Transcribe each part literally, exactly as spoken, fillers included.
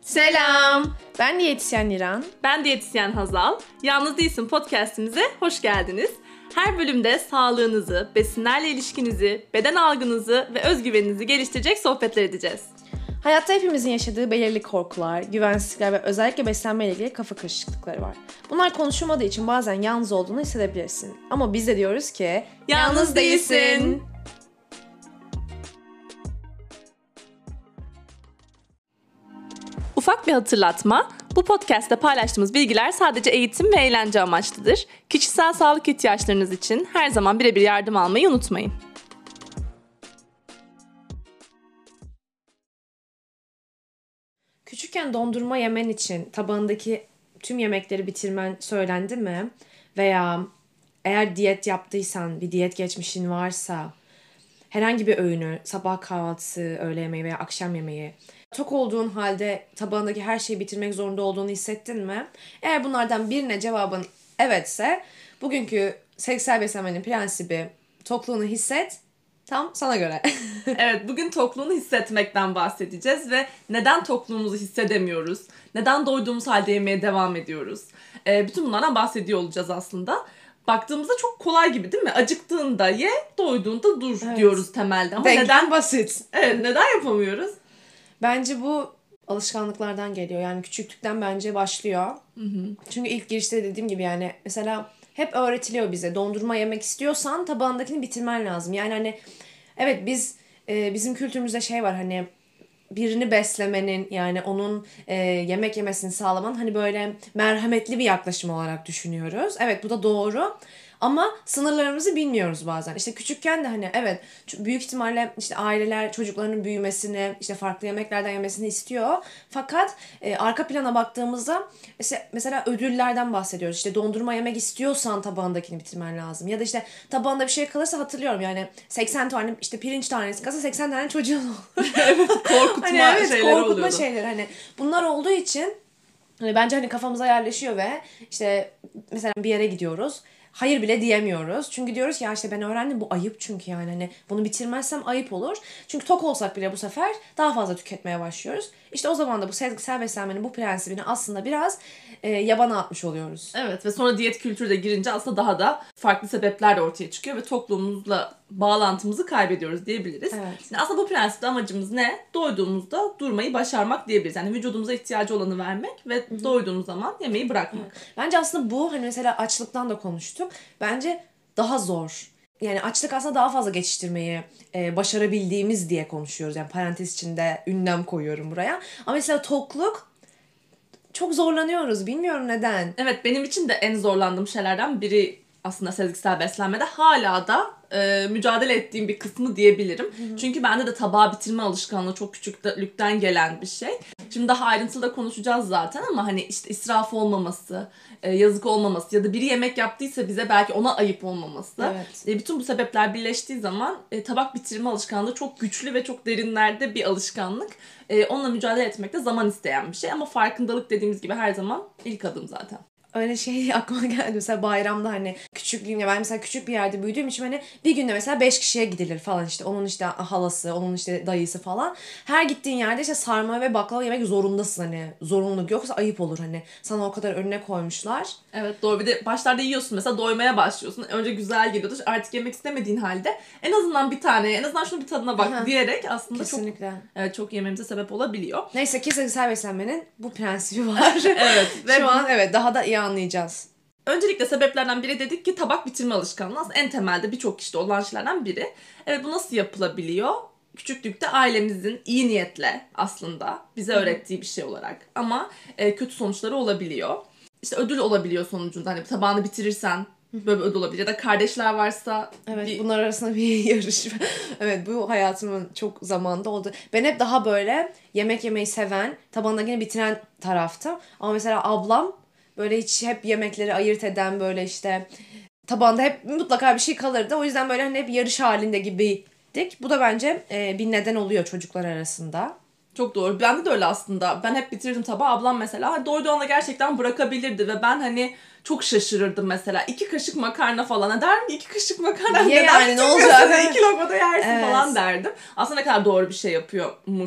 Selam. Ben diyetisyen İran. Ben diyetisyen Hazal. Yalnız Değilsin podcastimize hoş geldiniz. Her bölümde sağlığınızı, besinlerle ilişkinizi, beden algınızı ve özgüveninizi geliştirecek sohbetler edeceğiz. Hayatta hepimizin yaşadığı belirli korkular, güvensizlikler ve özellikle beslenmeyle ilgili kafa karışıklıkları var. Bunlar konuşulmadığı için bazen yalnız olduğunu hissedebilirsin. Ama biz de diyoruz ki yalnız, yalnız değilsin. değilsin. Ufak bir hatırlatma, bu podcast'te paylaştığımız bilgiler sadece eğitim ve eğlence amaçlıdır. Kişisel sağlık ihtiyaçlarınız için her zaman birebir yardım almayı unutmayın. Küçükken dondurma yemen için tabağındaki tüm yemekleri bitirmen söylendi mi? Veya eğer diyet yaptıysan, bir diyet geçmişin varsa herhangi bir öğünü, sabah kahvaltısı, öğle yemeği veya akşam yemeği tok olduğun halde tabağındaki her şeyi bitirmek zorunda olduğunu hissettin mi? Eğer bunlardan birine cevabın evetse, bugünkü sevgisel beslenmenin prensibi tokluğunu hisset, tam sana göre. Evet, bugün tokluğunu hissetmekten bahsedeceğiz ve neden tokluğumuzu hissedemiyoruz, neden doyduğumuz halde yemeye devam ediyoruz. Ee, bütün bunlardan bahsediyor olacağız aslında. Baktığımızda çok kolay gibi değil mi? Acıktığında ye, doyduğunda dur evet. diyoruz temelde. Ama Denklem neden basit? Evet, neden yapamıyoruz? Bence bu alışkanlıklardan geliyor. Yani küçüklükten bence başlıyor. Hı hı. Çünkü ilk girişte dediğim gibi yani mesela hep öğretiliyor bize. Dondurma yemek istiyorsan tabağındakini bitirmen lazım. Yani hani evet biz e, bizim kültürümüzde şey var hani birini beslemenin yani onun e, yemek yemesini sağlaman hani böyle merhametli bir yaklaşım olarak düşünüyoruz. Evet bu da doğru. Ama sınırlarımızı bilmiyoruz bazen. İşte küçükken de hani evet büyük ihtimalle işte aileler çocuklarının büyümesini, işte farklı yemeklerden yemesini istiyor. Fakat e, arka plana baktığımızda işte mesela ödüllerden bahsediyoruz. İşte dondurma yemek istiyorsan tabağındakini bitirmen lazım. Ya da işte tabağında bir şey kalırsa hatırlıyorum yani seksen tane işte pirinç tanesi kalırsa seksen tane çocuğun olur. Evet, korkutma hani evet, şeyleri korkutma oluyordu. şeyler hani bunlar olduğu için hani bence hani kafamıza yerleşiyor ve işte mesela bir yere gidiyoruz. Hayır bile diyemiyoruz. Çünkü diyoruz ki ya işte ben öğrendim bu ayıp çünkü yani hani bunu bitirmezsem ayıp olur. Çünkü tok olsak bile bu sefer daha fazla tüketmeye başlıyoruz. İşte o zaman da bu sezgisel beslenmenin bu prensibini aslında biraz e, yabana atmış oluyoruz. Evet ve sonra diyet kültürü de girince aslında daha da farklı sebepler de ortaya çıkıyor ve toplumumuzla bağlantımızı kaybediyoruz diyebiliriz. Evet. Yani aslında bu prensipte amacımız ne? Doyduğumuzda durmayı başarmak diyebiliriz. Yani vücudumuza ihtiyacı olanı vermek ve Hı-hı. doyduğumuz zaman yemeği bırakmak. Evet. Bence aslında bu hani mesela açlıktan da konuştuk. Bence daha zor. Yani açlık aslında daha fazla geçiştirmeyi e, başarabildiğimiz diye konuşuyoruz. Yani parantez içinde ünlem koyuyorum buraya. Ama mesela tokluk çok zorlanıyoruz. Bilmiyorum neden. Evet benim için de en zorlandığım şeylerden biri aslında sezgisel beslenmede hala da e, mücadele ettiğim bir kısmı diyebilirim. Hı hı. Çünkü bende de tabağı bitirme alışkanlığı çok küçüklükten gelen bir şey. Şimdi daha ayrıntılı da konuşacağız zaten ama hani işte israf olmaması, e, yazık olmaması ya da biri yemek yaptıysa bize belki ona ayıp olmaması. Evet. E, bütün bu sebepler birleştiği zaman e, tabak bitirme alışkanlığı çok güçlü ve çok derinlerde bir alışkanlık. E, onunla mücadele etmek de zaman isteyen bir şey ama farkındalık dediğimiz gibi her zaman ilk adım zaten. Öyle şey aklıma geldi mesela bayramda hani küçüklüğümde ben mesela küçük bir yerde büyüdüğüm için hani bir günde mesela beş kişiye gidilir falan işte onun işte halası onun işte dayısı falan her gittiğin yerde işte sarma ve baklava yemek zorundasın hani zorunluluk yoksa ayıp olur hani sana o kadar önüne koymuşlar. Evet doğru bir de başlarda yiyorsun mesela doymaya başlıyorsun önce güzel geliyordu artık yemek istemediğin halde en azından bir tane en azından şunun bir tadına bak Aha. diyerek aslında Kesinlikle. çok evet, çok yememize sebep olabiliyor. Neyse ki sezgisel beslenmenin bu prensibi var. Evet. Ve şu an evet daha da iyi anlayacağız. Öncelikle sebeplerden biri dedik ki tabak bitirme alışkanlığı aslında en temelde birçok kişide olan şeylerden biri. Evet bu nasıl yapılabiliyor? Küçüklükte ailemizin iyi niyetle aslında bize öğrettiği bir şey olarak ama e, kötü sonuçları olabiliyor. İşte ödül olabiliyor sonucunda hani tabağını bitirirsen böyle bir ödül olabilir ya da kardeşler varsa. Evet bir... bunlar arasında bir yarış. Evet bu hayatımın çok zamanında oldu. Ben hep daha böyle yemek yemeyi seven, tabağındakini bitiren taraftım. Ama mesela ablam böyle hiç hep yemekleri ayırt eden böyle işte tabağında hep mutlaka bir şey kalırdı. O yüzden böyle hani hep yarış halinde gibiydik. Bu da bence e, bir neden oluyor çocuklar arasında. Çok doğru. Bende de öyle aslında. Ben hep bitirdim tabağı. Ablam mesela doyduğu anda gerçekten bırakabilirdi ve ben hani çok şaşırırdım mesela. İki kaşık makarna falan. Derim ki iki kaşık makarna Ye yani ne olacak? İki lokmada yersin evet. falan derdim. Aslında ne kadar doğru bir şey yapıyormuş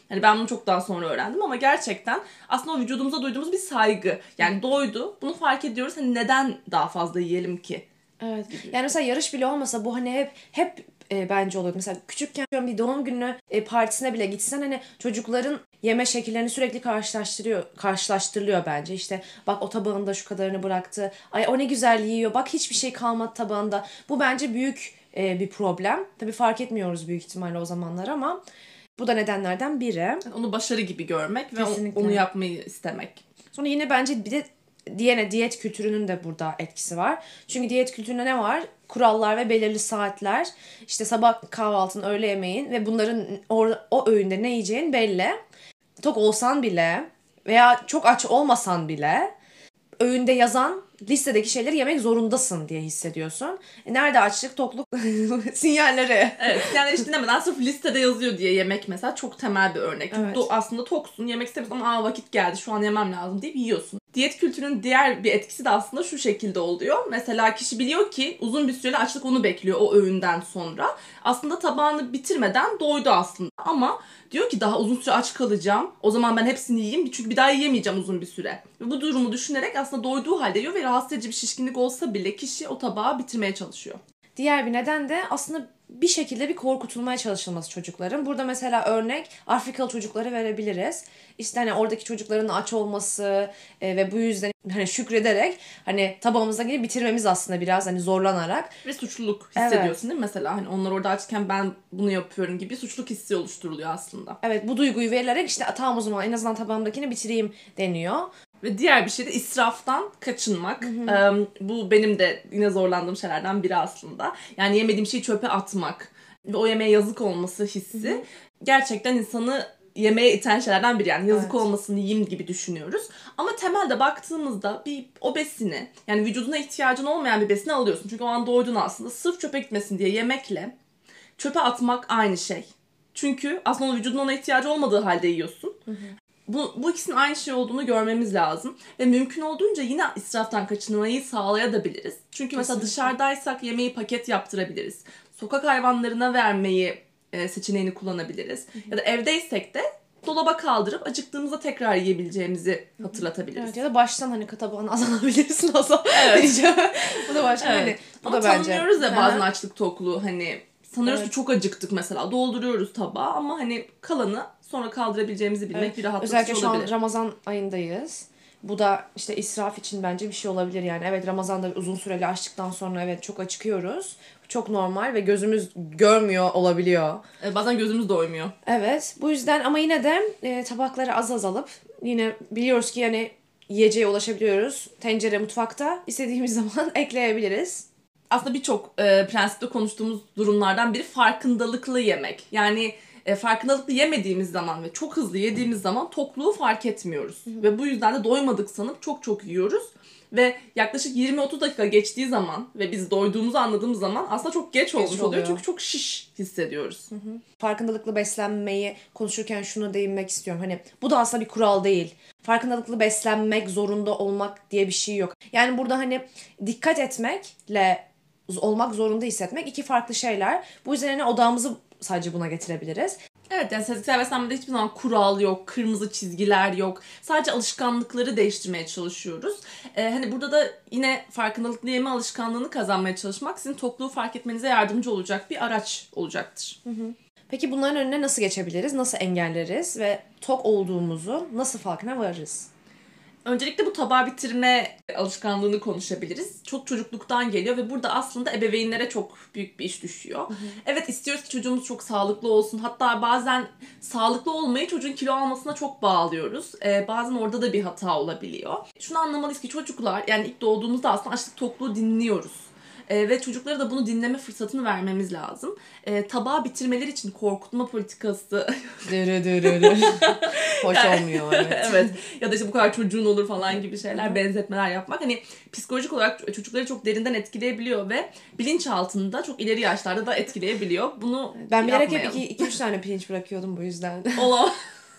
Hani ben bunu çok daha sonra öğrendim ama gerçekten aslında o vücudumuza duyduğumuz bir saygı. Yani doydu. Bunu fark ediyoruz. Hani neden daha fazla yiyelim ki? Evet. Yani mesela yarış bile olmasa bu hani hep hep e, bence oluyor. Mesela küçükken bir doğum günü e, partisine bile gitsen hani çocukların yeme şekillerini sürekli karşılaştırıyor, karşılaştırılıyor bence. İşte bak o tabağında şu kadarını bıraktı. Ay o ne güzel yiyor. Bak hiçbir şey kalmadı tabağında. Bu bence büyük e, bir problem. Tabii fark etmiyoruz büyük ihtimalle o zamanlar ama bu da nedenlerden biri. Yani onu başarı gibi görmek ve Kesinlikle. onu yapmayı istemek. Sonra yine bence bir de diyene diyet kültürünün de burada etkisi var. Çünkü diyet kültüründe ne var? Kurallar ve belirli saatler. İşte sabah kahvaltın, öğle yemeğin ve bunların or- o öğünde ne yiyeceğin belli. Tok olsan bile veya çok aç olmasan bile öğünde yazan listedeki şeyleri yemek zorundasın diye hissediyorsun. E nerede açlık, tokluk sinyalleri? Evet, yani hiç dinlemeden sırf listede yazıyor diye yemek mesela çok temel bir örnek. Çünkü Evet. do- aslında toksun, yemek istemiyorsun ama aa vakit geldi şu an yemem lazım deyip yiyorsun. Diyet kültürünün diğer bir etkisi de aslında şu şekilde oluyor. Mesela kişi biliyor ki uzun bir süreli açlık onu bekliyor o öğünden sonra. Aslında tabağını bitirmeden doydu aslında ama diyor ki daha uzun süre aç kalacağım. O zaman ben hepsini yiyeyim çünkü bir daha yiyemeyeceğim uzun bir süre. Ve bu durumu düşünerek aslında doyduğu halde yiyor ve rahatsız edici bir şişkinlik olsa bile kişi o tabağı bitirmeye çalışıyor. Diğer bir neden de aslında bir şekilde bir korkutulmaya çalışılması çocukların. Burada mesela örnek Afrikalı çocukları verebiliriz. İşte hani oradaki çocukların aç olması e, ve bu yüzden hani şükrederek hani tabağımıza gelip bitirmemiz aslında biraz hani zorlanarak. Ve suçluluk hissediyorsun değil mi mesela? Hani onlar orada açken ben bunu yapıyorum gibi suçluluk hissi oluşturuluyor aslında. Evet, bu duyguyu verilerek işte tamam o zaman en azından tabağımdakini bitireyim deniyor. Ve diğer bir şey de israftan kaçınmak. Ee, bu benim de yine zorlandığım şeylerden biri aslında. Yani yemediğim şeyi çöpe atmak ve o yemeğe yazık olması hissi gerçekten insanı yemeğe iten şeylerden biri. Yani yazık Evet. olmasını yiyeyim gibi düşünüyoruz. Ama temelde baktığımızda bir o besini, yani vücuduna ihtiyacın olmayan bir besini alıyorsun. Çünkü o an doydun aslında. Sırf çöpe gitmesin diye yemekle çöpe atmak aynı şey. Çünkü aslında o vücudun ona ihtiyacı olmadığı halde yiyorsun. Bu, bu ikisinin aynı şey olduğunu görmemiz lazım. Ve mümkün olduğunca yine israftan kaçınmayı sağlayabiliriz. Çünkü mesela dışarıdaysak yemeği paket yaptırabiliriz. Sokak hayvanlarına vermeyi e, seçeneğini kullanabiliriz. Ya da evdeysek de dolaba kaldırıp acıktığımızda tekrar yiyebileceğimizi hatırlatabiliriz. Evet, ya da baştan hani tabağını azalabilirsin azal. Evet. diyeceğim. Bu da başka Evet. hani bu Ama da bence. tanımıyoruz ya Hı hı. bazen açlık tokluğu hani sanıyoruz Evet. ki çok acıktık mesela dolduruyoruz tabağı ama hani kalanı sonra kaldırabileceğimizi bilmek Evet. bir rahatlatıcı Özellikle şu olabilir. an Ramazan ayındayız. Bu da işte israf için bence bir şey olabilir yani. Evet, Ramazan'da uzun süreli açlıktan sonra evet çok acıkıyoruz. Çok normal ve gözümüz görmüyor olabiliyor. Ee, Bazen gözümüz doymuyor. Evet, bu yüzden ama yine de e, tabakları az az alıp yine biliyoruz ki yani yiyeceğe ulaşabiliyoruz. Tencere mutfakta istediğimiz zaman ekleyebiliriz. Aslında birçok e, prensipte konuştuğumuz durumlardan biri farkındalıklı yemek. Yani e, farkındalıklı yemediğimiz zaman ve çok hızlı yediğimiz zaman tokluğu fark etmiyoruz. Ve bu yüzden de doymadık sanıp çok çok yiyoruz. Ve yaklaşık yirmi otuz dakika geçtiği zaman ve biz doyduğumuzu anladığımız zaman aslında çok geç, olmuş oluyor. oluyor. Çünkü çok şiş hissediyoruz. Farkındalıklı beslenmeyi konuşurken şunu değinmek istiyorum. Hani bu da aslında bir kural değil. Farkındalıklı beslenmek zorunda olmak diye bir şey yok. Yani burada hani dikkat etmekle olmak zorunda hissetmek iki farklı şeyler. Bu yüzden hani odağımızı sadece buna getirebiliriz. Evet, yani sezgisel beslenmede hiçbir zaman kural yok, kırmızı çizgiler yok. Sadece alışkanlıkları değiştirmeye çalışıyoruz. Ee, hani burada da yine farkındalıklı yeme alışkanlığını kazanmaya çalışmak sizin tokluğu fark etmenize yardımcı olacak bir araç olacaktır. Peki bunların önüne nasıl geçebiliriz? Nasıl engelleriz? Ve tok olduğumuzu nasıl farkına varırız? Öncelikle bu tabağı bitirme alışkanlığını konuşabiliriz. Çok çocukluktan geliyor ve burada aslında ebeveynlere çok büyük bir iş düşüyor. Hı hı. Evet, istiyoruz ki çocuğumuz çok sağlıklı olsun. Hatta bazen sağlıklı olmayı çocuğun kilo almasına çok bağlıyoruz. Ee, bazen orada da bir hata olabiliyor. Şunu anlamalıyız ki çocuklar, yani ilk doğduğumuzda aslında açlık tokluğu dinliyoruz. Ee, ve çocuklara da bunu dinleme fırsatını vermemiz lazım. Ee, tabağı bitirmeleri için korkutma politikası... Dırı dırı dırı. Hoş olmuyor, evet. Evet. Ya da işte bu kadar çocuğun olur falan gibi şeyler, benzetmeler yapmak. Hani psikolojik olarak çocukları çok derinden etkileyebiliyor ve bilinç altında çok ileri yaşlarda da etkileyebiliyor. Bunu Ben bir ara hep yapmayalım. iki, iki üç tane pirinç bırakıyordum bu yüzden. Olamaz.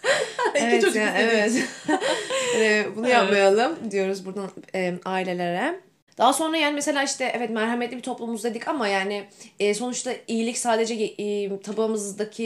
İki Evet, çocuk yani, istediği evet. için. Ee, bunu yapmayalım diyoruz buradan e, ailelere. Daha sonra yani mesela işte evet merhametli bir toplumuz dedik ama yani e, sonuçta iyilik sadece e, tabağımızdaki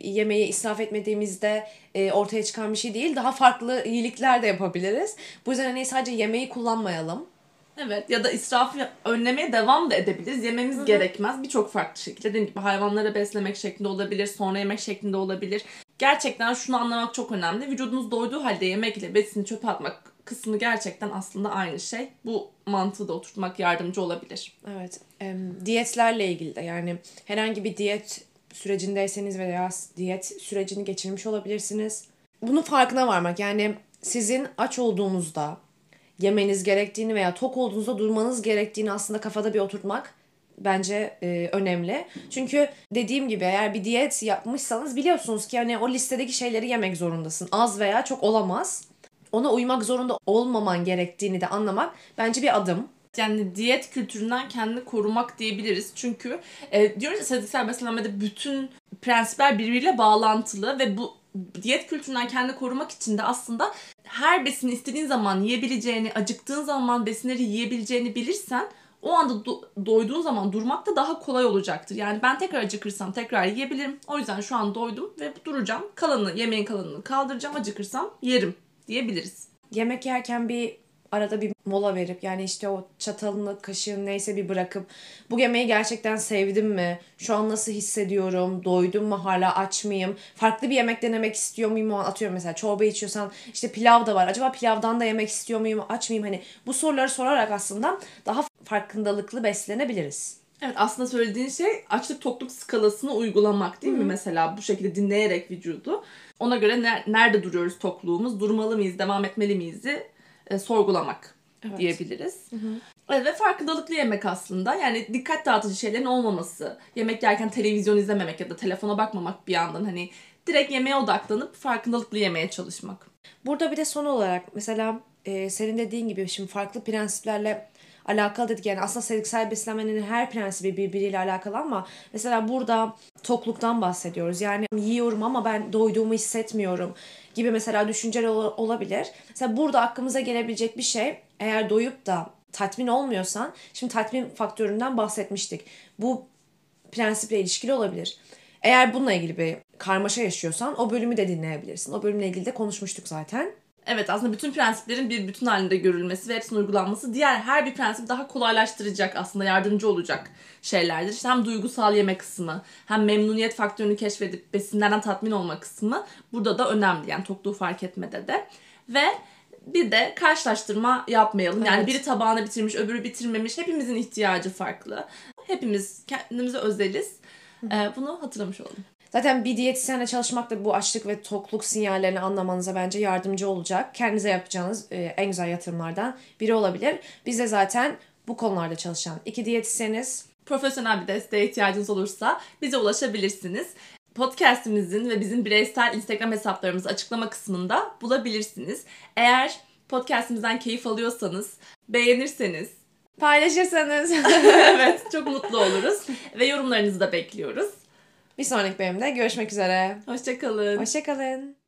yemeği israf etmediğimizde e, ortaya çıkan bir şey değil. Daha farklı iyilikler de yapabiliriz. Bu yüzden hani sadece yemeği kullanmayalım. Evet, ya da israfı önlemeye devam da edebiliriz. Yememiz Hı-hı. gerekmez. Birçok farklı şekilde. Dediğim gibi hayvanları beslemek şeklinde olabilir, sonra yemek şeklinde olabilir. Gerçekten şunu anlamak çok önemli. Vücudunuz doyduğu halde yemekle besini çöpe atmak kısmı gerçekten aslında aynı şey. Bu mantığı da oturtmak yardımcı olabilir. Evet. E, diyetlerle ilgili de yani herhangi bir diyet sürecindeyseniz veya diyet sürecini geçirmiş olabilirsiniz. Bunun farkına varmak, yani sizin aç olduğunuzda yemeniz gerektiğini veya tok olduğunuzda durmanız gerektiğini aslında kafada bir oturtmak bence e, önemli. Çünkü dediğim gibi eğer bir diyet yapmışsanız biliyorsunuz ki hani o listedeki şeyleri yemek zorundasın. Az veya çok olamaz. Ona uymak zorunda olmaman gerektiğini de anlamak bence bir adım. Yani diyet kültüründen kendini korumak diyebiliriz. Çünkü e, diyoruz ya, sezgisel beslenmede bütün prensipler birbiriyle bağlantılı ve bu diyet kültüründen kendini korumak için de aslında her besini istediğin zaman yiyebileceğini, acıktığın zaman besinleri yiyebileceğini bilirsen o anda do- doyduğun zaman durmak da daha kolay olacaktır. Yani ben tekrar acıkırsam tekrar yiyebilirim. O yüzden şu an doydum ve duracağım. Kalanını, yemeğin kalanını kaldıracağım. Acıkırsam yerim diyebiliriz. Yemek yerken bir arada bir mola verip yani işte o çatalını, kaşığını neyse bir bırakıp bu yemeği gerçekten sevdim mi? Şu an nasıl hissediyorum? Doydum mu? Hala aç mıyım? Farklı bir yemek denemek istiyor muyum? Atıyorum mesela çorba içiyorsan işte pilav da var. Acaba pilavdan da yemek istiyor muyum? Aç mıyım? Hani bu soruları sorarak aslında daha farkındalıklı beslenebiliriz. Evet, aslında söylediğin şey açlık tokluk skalasını uygulamak değil Hı-hı. mi? Mesela bu şekilde dinleyerek vücudu. Ona göre ner- nerede duruyoruz tokluğumuz? Durmalı mıyız? Devam etmeli miyiz'i e, sorgulamak evet. diyebiliriz. Evet, ve farkındalıklı yemek aslında. Yani dikkat dağıtıcı şeylerin olmaması. Yemek yerken televizyon izlememek ya da telefona bakmamak bir yandan. Hani direkt yemeğe odaklanıp farkındalıklı yemeye çalışmak. Burada bir de son olarak mesela e, senin dediğin gibi şimdi farklı prensiplerle alakalı dedik. Yani aslında sezgisel beslenmenin her prensibi birbiriyle alakalı ama mesela burada tokluktan bahsediyoruz. Yani yiyorum ama ben doyduğumu hissetmiyorum gibi mesela düşünceler ol- olabilir. Mesela burada aklımıza gelebilecek bir şey, eğer doyup da tatmin olmuyorsan, şimdi tatmin faktöründen bahsetmiştik. Bu prensiple ilişkili olabilir. Eğer bununla ilgili bir karmaşa yaşıyorsan o bölümü de dinleyebilirsin. O bölümle ilgili de konuşmuştuk zaten. Evet, aslında bütün prensiplerin bir bütün halinde görülmesi ve hepsinin uygulanması diğer her bir prensip daha kolaylaştıracak, aslında yardımcı olacak şeylerdir. İşte hem duygusal yeme kısmı, hem memnuniyet faktörünü keşfedip besinlerden tatmin olma kısmı burada da önemli. Yani tokluğu fark etmede de. Ve bir de karşılaştırma yapmayalım. Yani evet. Biri tabağını bitirmiş, öbürü bitirmemiş. Hepimizin ihtiyacı farklı. Hepimiz kendimize özeliz. Ee, bunu hatırlamış olalım. Zaten bir diyetisyenle çalışmak da bu açlık ve tokluk sinyallerini anlamanıza bence yardımcı olacak. Kendinize yapacağınız e, en güzel yatırımlardan biri olabilir. Biz de zaten bu konularda çalışan iki diyetisyeniz. Profesyonel bir desteğe ihtiyacınız olursa bize ulaşabilirsiniz. Podcast'imizin ve bizim bireysel Instagram hesaplarımızı açıklama kısmında bulabilirsiniz. Eğer podcast'imizden keyif alıyorsanız, beğenirseniz, paylaşırsanız evet, çok mutlu oluruz ve yorumlarınızı da bekliyoruz. Bir sonraki bölümde görüşmek üzere. Hoşça kalın. Hoşça kalın.